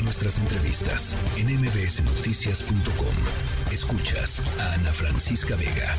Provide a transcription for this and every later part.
nuestras entrevistas en mbsnoticias.com. Escuchas a Ana Francisca Vega.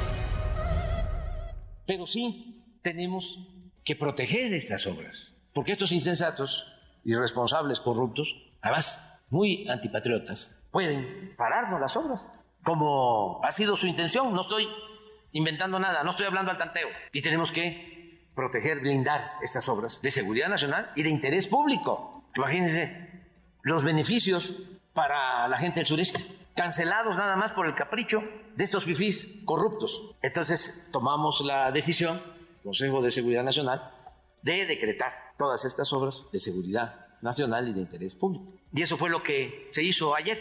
Pero sí tenemos que proteger estas obras, porque estos insensatos, irresponsables, corruptos, además muy antipatriotas, pueden pararnos las obras, como ha sido su intención. No estoy inventando nada, no estoy hablando al tanteo. Y tenemos que proteger, blindar estas obras de seguridad nacional y de interés público. Imagínense los beneficios para la gente del sureste, cancelados nada más por el capricho de estos fifís corruptos. Entonces tomamos la decisión, Consejo de Seguridad Nacional, de decretar todas estas obras de seguridad nacional y de interés público. Y eso fue lo que se hizo ayer.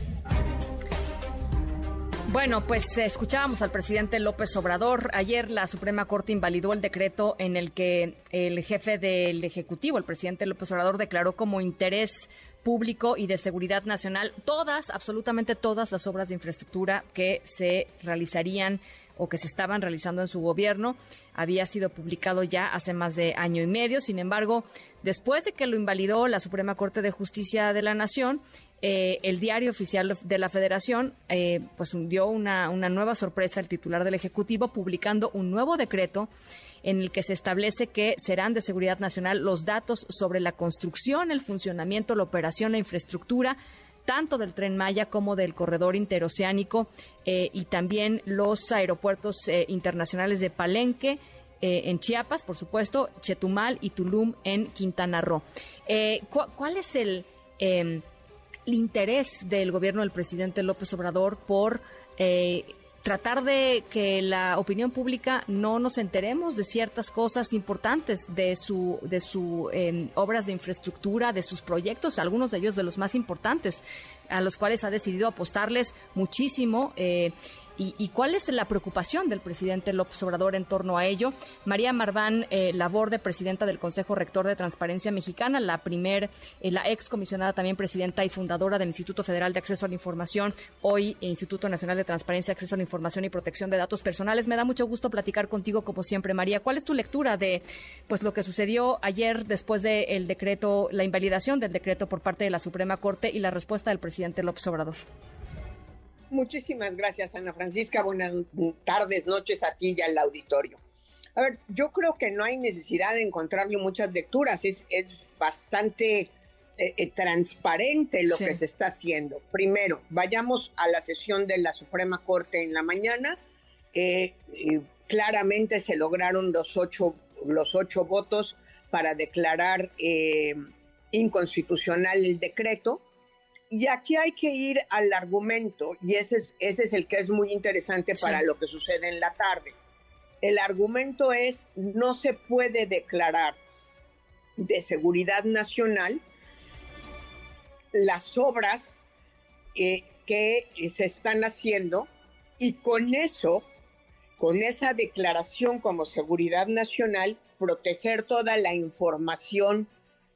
Bueno, pues escuchábamos al presidente López Obrador. Ayer la Suprema Corte invalidó el decreto en el que el jefe del Ejecutivo, el presidente López Obrador, declaró como interés público y de seguridad nacional absolutamente todas las obras de infraestructura que se realizarían o que se estaban realizando en su gobierno. Había sido publicado ya hace más de año y medio. Sin embargo, después de que lo invalidó la Suprema Corte de Justicia de la Nación, el Diario Oficial de la Federación pues dio una nueva sorpresa al titular del Ejecutivo, publicando un nuevo decreto en el que se establece que serán de seguridad nacional los datos sobre la construcción, el funcionamiento, la operación, la infraestructura, tanto del Tren Maya como del corredor interoceánico y también los aeropuertos internacionales de Palenque, en Chiapas, por supuesto, Chetumal y Tulum en Quintana Roo. ¿Cuál es el interés del gobierno del presidente López Obrador por tratar de que la opinión pública no nos enteremos de ciertas cosas importantes de su obras de infraestructura, de sus proyectos, algunos de ellos de los más importantes, a los cuales ha decidido apostarles muchísimo? ¿Y cuál es la preocupación del presidente López Obrador en torno a ello? María Marván Laborde, presidenta del Consejo Rector de Transparencia Mexicana, la ex comisionada también presidenta y fundadora del Instituto Federal de Acceso a la Información, hoy Instituto Nacional de Transparencia, Acceso a la Información y Protección de Datos Personales. Me da mucho gusto platicar contigo como siempre, María. ¿Cuál es tu lectura de lo que sucedió ayer después del decreto, la invalidación del decreto por parte de la Suprema Corte y la respuesta del presidente López Obrador? Muchísimas gracias, Ana Francisca. Buenas tardes, noches a ti y al auditorio. A ver, yo creo que no hay necesidad de encontrarle muchas lecturas. Es bastante transparente lo que se está haciendo. Primero, vayamos a la sesión de la Suprema Corte en la mañana. Claramente se lograron los ocho votos para declarar inconstitucional el decreto. Y aquí hay que ir al argumento, y ese es el que es muy interesante para lo que sucede en la tarde. El argumento es: no se puede declarar de seguridad nacional las obras que se están haciendo, y con esa declaración como seguridad nacional, proteger toda la información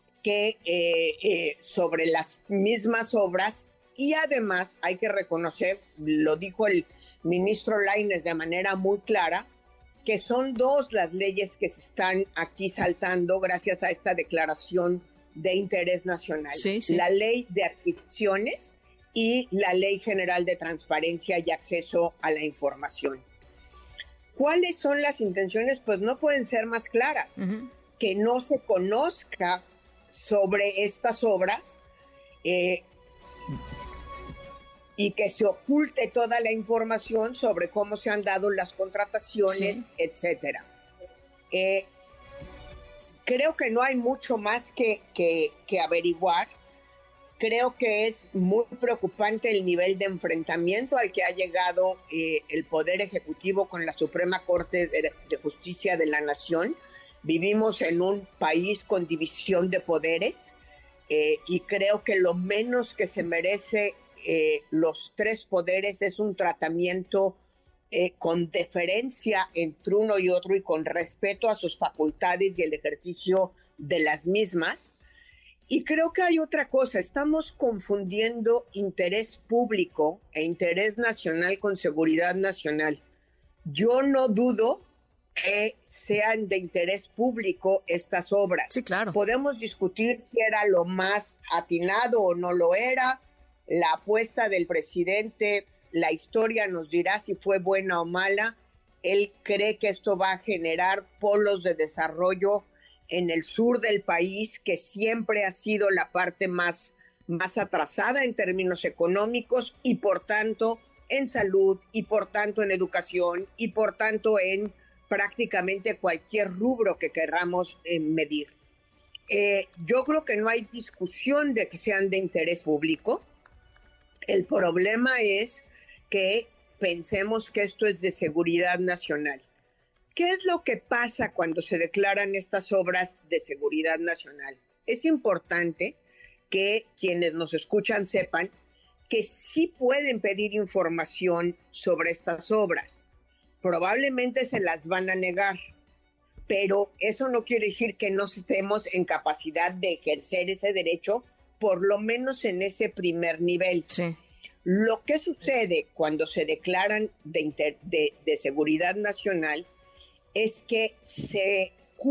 sobre las mismas obras. Y además hay que reconocer, lo dijo el ministro Lainez de manera muy clara, que son dos las leyes que se están aquí saltando gracias a esta declaración de interés nacional. La ley de adquisiciones y la ley general de transparencia y acceso a la información. ¿Cuáles son las intenciones? Pues no pueden ser más claras. Que no se conozca sobre estas obras y que se oculte toda la información sobre cómo se han dado las contrataciones, etcétera. Creo que no hay mucho más que averiguar. Creo que es muy preocupante el nivel de enfrentamiento al que ha llegado el Poder Ejecutivo con la Suprema Corte de Justicia de la Nación. Vivimos en un país con división de poderes y creo que lo menos que se merece los tres poderes es un tratamiento con deferencia entre uno y otro y con respeto a sus facultades y el ejercicio de las mismas. Y creo que hay otra cosa: estamos confundiendo interés público e interés nacional con seguridad nacional. Yo no dudo que sean de interés público estas obras. Sí, claro. Podemos discutir si era lo más atinado o no lo era. La apuesta del presidente, la historia nos dirá si fue buena o mala. Él cree que esto va a generar polos de desarrollo en el sur del país, que siempre ha sido la parte más atrasada en términos económicos y por tanto en salud y por tanto en educación y por tanto en prácticamente cualquier rubro que queramos medir. Yo creo que no hay discusión de que sean de interés público. El problema es que pensemos que esto es de seguridad nacional. ¿Qué es lo que pasa cuando se declaran estas obras de seguridad nacional? Es importante que quienes nos escuchan sepan que sí pueden pedir información sobre estas obras. Probablemente se las van a negar, pero eso no quiere decir que no estemos en capacidad de ejercer ese derecho, por lo menos en ese primer nivel. Sí. Lo que sucede cuando se declaran de seguridad nacional es que se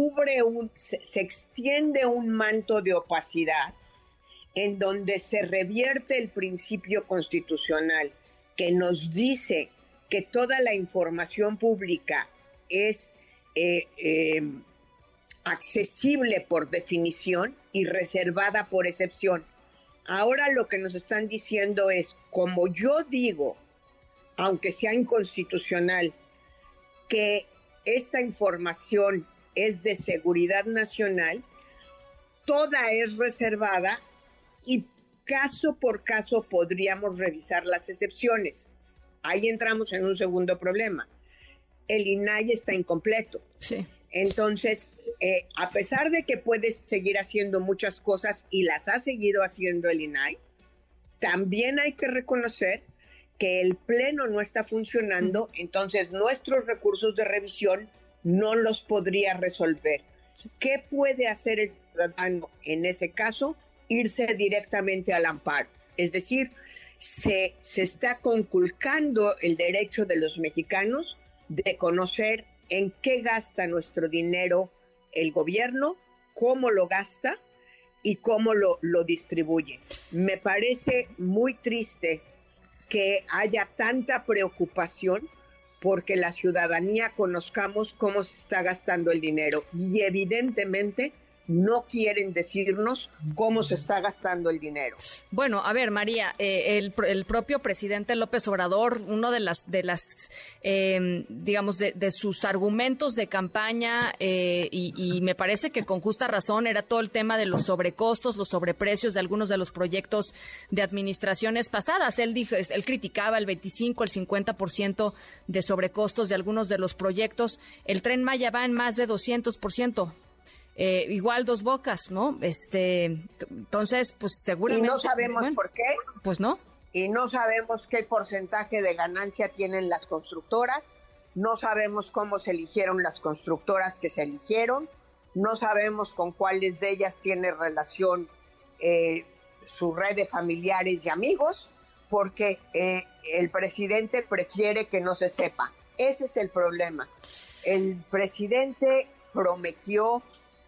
extiende un manto de opacidad en donde se revierte el principio constitucional que nos dice que toda la información pública es accesible por definición y reservada por excepción. Ahora lo que nos están diciendo es, como yo digo, aunque sea inconstitucional, que esta información es de seguridad nacional, toda es reservada y caso por caso podríamos revisar las excepciones. Ahí entramos en un segundo problema. El INAI está incompleto. Sí. Entonces, a pesar de que puede seguir haciendo muchas cosas y las ha seguido haciendo el INAI, también hay que reconocer que el Pleno no está funcionando, entonces nuestros recursos de revisión no los podría resolver. ¿Qué puede hacer el ciudadano en ese caso? Irse directamente al amparo. Es decir, se está conculcando el derecho de los mexicanos de conocer en qué gasta nuestro dinero el gobierno, cómo lo gasta y cómo lo distribuye. Me parece muy triste que haya tanta preocupación porque la ciudadanía conozcamos cómo se está gastando el dinero y evidentemente no quieren decirnos cómo se está gastando el dinero. Bueno, a ver, María, el propio presidente López Obrador, uno de las digamos, de sus argumentos de campaña, y me parece que con justa razón, era todo el tema de los sobrecostos, los sobreprecios de algunos de los proyectos de administraciones pasadas. Él criticaba el 25, el 50% de sobrecostos de algunos de los proyectos. El Tren Maya va en más de 200%. Igual Dos Bocas, ¿no? Entonces, pues seguramente... Y no sabemos por qué. Pues no. Y no sabemos qué porcentaje de ganancia tienen las constructoras, no sabemos cómo se eligieron las constructoras que se eligieron, no sabemos con cuáles de ellas tiene relación su red de familiares y amigos, porque el presidente prefiere que no se sepa. Ese es el problema. El presidente prometió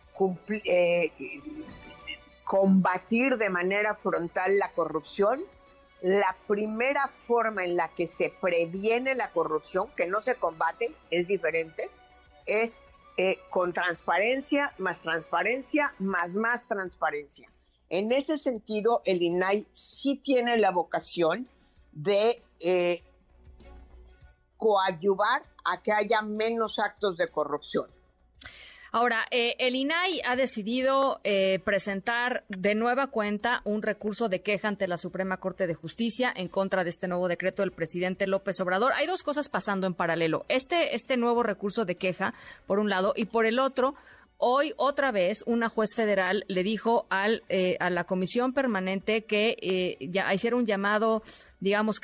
combatir de manera frontal la corrupción. La primera forma en la que se previene la corrupción, que no se combate, es diferente, es con transparencia, más transparencia, más transparencia. En ese sentido, el INAI sí tiene la vocación de coadyuvar a que haya menos actos de corrupción. Ahora, el INAI ha decidido presentar de nueva cuenta un recurso de queja ante la Suprema Corte de Justicia en contra de este nuevo decreto del presidente López Obrador. Hay dos cosas pasando en paralelo. Este nuevo recurso de queja, por un lado, y por el otro, hoy otra vez una juez federal le dijo a la comisión permanente que ya hiciera un llamado, digamos,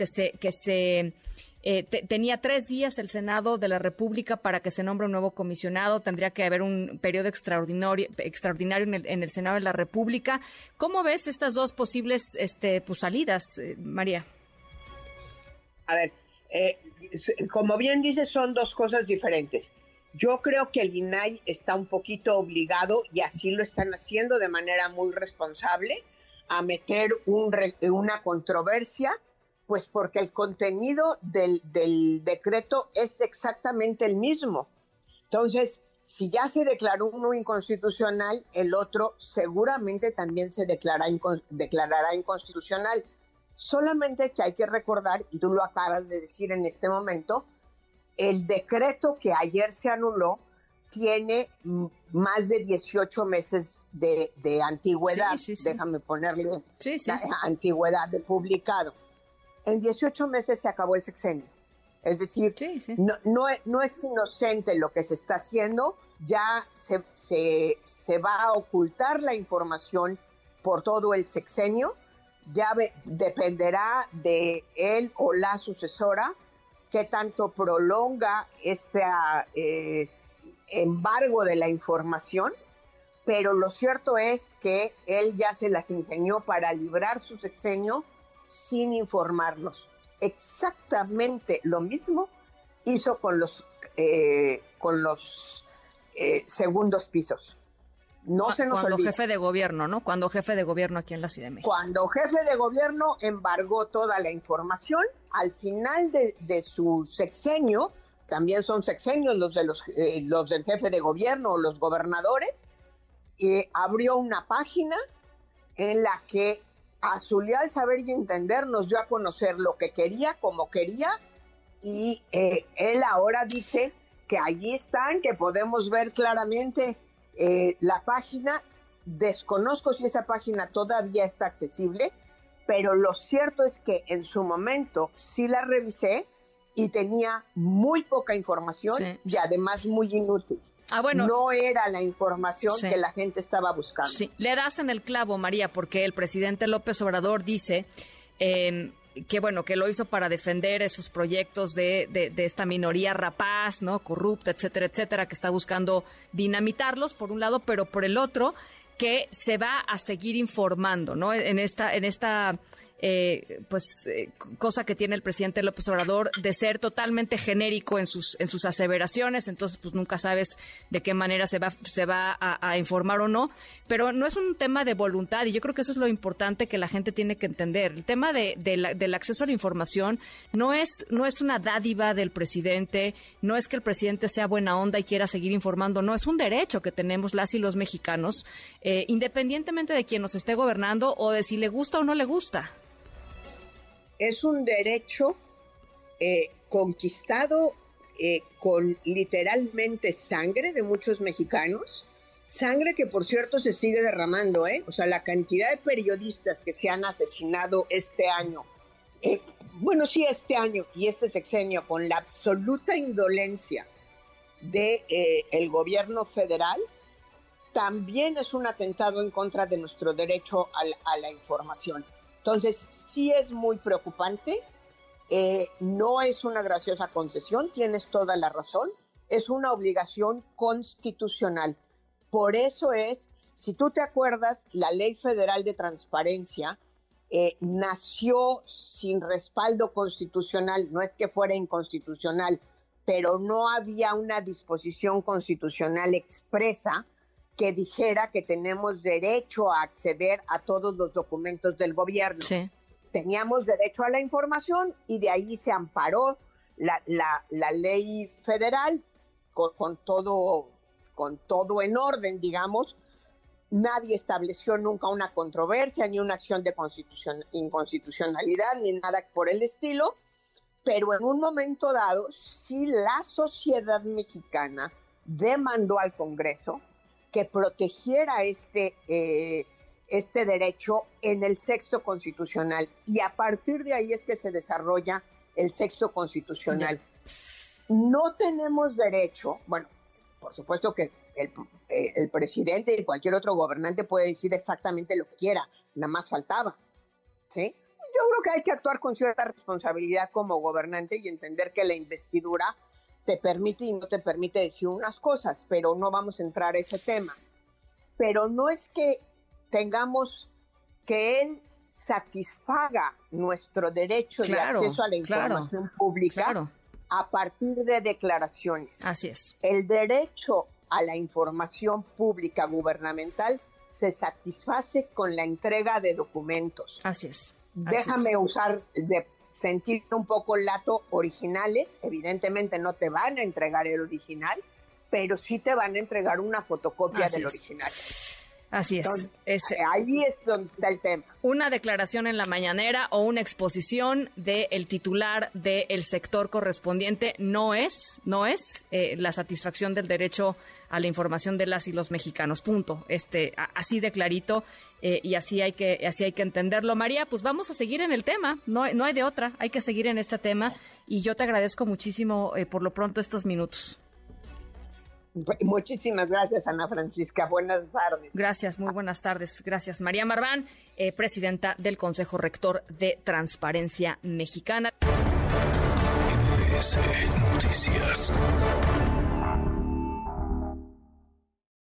tenía 3 días el Senado de la República para que se nombre un nuevo comisionado. Tendría que haber un periodo extraordinario en el Senado de la República. ¿Cómo ves estas dos posibles salidas, María? A ver, como bien dices, son dos cosas diferentes. Yo creo que el INAI está un poquito obligado, y así lo están haciendo de manera muy responsable, a meter una controversia, pues porque el contenido del decreto es exactamente el mismo. Entonces, si ya se declaró uno inconstitucional, el otro seguramente también se declarará inconstitucional. Solamente que hay que recordar, y tú lo acabas de decir en este momento, el decreto que ayer se anuló tiene más de 18 meses de antigüedad. Sí. Déjame ponerle antigüedad de publicado. En 18 meses se acabó el sexenio. Es decir, no es inocente lo que se está haciendo. Ya se va a ocultar la información por todo el sexenio. Ya dependerá de él o la sucesora qué tanto prolonga este embargo de la información, pero lo cierto es que él ya se las ingenió para librar su sexenio sin informarnos. Exactamente lo mismo hizo con los segundos pisos. No se nos olvide. Cuando jefe de gobierno, ¿no? Cuando jefe de gobierno aquí en la Ciudad de México. Cuando jefe de gobierno embargó toda la información, al final de su sexenio, también son sexenios los del jefe de gobierno o los gobernadores, abrió una página en la que a su leal saber y entender nos dio a conocer lo que quería, como quería, y él ahora dice que allí están, que podemos ver claramente la página. Desconozco si esa página todavía está accesible, pero lo cierto es que en su momento sí la revisé y tenía muy poca información y además muy inútil. Bueno, no era la información que la gente estaba buscando. Sí, le das en el clavo, María, porque el presidente López Obrador dice que bueno, que lo hizo para defender esos proyectos de esta minoría rapaz, ¿no? Corrupta, etcétera, etcétera, que está buscando dinamitarlos por un lado, pero por el otro que se va a seguir informando, ¿no? En esta cosa que tiene el presidente López Obrador de ser totalmente genérico en sus aseveraciones. Entonces pues nunca sabes de qué manera se va a informar o no, pero no es un tema de voluntad, y yo creo que eso es lo importante que la gente tiene que entender. El tema del acceso a la información no es una dádiva del presidente, no es que el presidente sea buena onda y quiera seguir informando, no, es un derecho que tenemos las y los mexicanos, independientemente de quién nos esté gobernando o de si le gusta o no le gusta. Es un derecho conquistado con literalmente sangre de muchos mexicanos, sangre que por cierto se sigue derramando, O sea, la cantidad de periodistas que se han asesinado este año, este año y este sexenio, con la absoluta indolencia del gobierno federal, también es un atentado en contra de nuestro derecho a la información. Entonces, sí es muy preocupante, no es una graciosa concesión, tienes toda la razón, es una obligación constitucional. Por eso si tú te acuerdas, la Ley Federal de Transparencia nació sin respaldo constitucional, no es que fuera inconstitucional, pero no había una disposición constitucional expresa que dijera que tenemos derecho a acceder a todos los documentos del gobierno. Sí. Teníamos derecho a la información y de ahí se amparó la ley federal con todo en orden, digamos. Nadie estableció nunca una controversia, ni una acción de inconstitucionalidad, ni nada por el estilo, pero en un momento dado, sí la sociedad mexicana demandó al Congreso que protegiera este derecho en el sexto constitucional, y a partir de ahí es que se desarrolla el sexto constitucional. No tenemos derecho, bueno, por supuesto que el presidente y cualquier otro gobernante puede decir exactamente lo que quiera, nada más faltaba, ¿sí? Yo creo que hay que actuar con cierta responsabilidad como gobernante y entender que la investidura te permite y no te permite decir unas cosas, pero no vamos a entrar a ese tema. Pero no es que tengamos que él satisfaga nuestro derecho de acceso a la información pública a partir de declaraciones. Así es. El derecho a la información pública gubernamental se satisface con la entrega de documentos. Así es. Déjame usar de sentir un poco el lato originales. Evidentemente no te van a entregar el original, pero sí te van a entregar una fotocopia del original. Así es. Entonces, ahí es donde está el tema. Una declaración en la mañanera o una exposición del titular del sector correspondiente no es la satisfacción del derecho a la información de las y los mexicanos. Punto. Así de clarito y así hay que entenderlo. María, pues vamos a seguir en el tema. No hay de otra. Hay que seguir en este tema y yo te agradezco muchísimo por lo pronto estos minutos. Muchísimas gracias, Ana Francisca. Buenas tardes. Gracias, muy buenas tardes. Gracias. María Marván, presidenta del Consejo Rector de Transparencia Mexicana. MBS Noticias.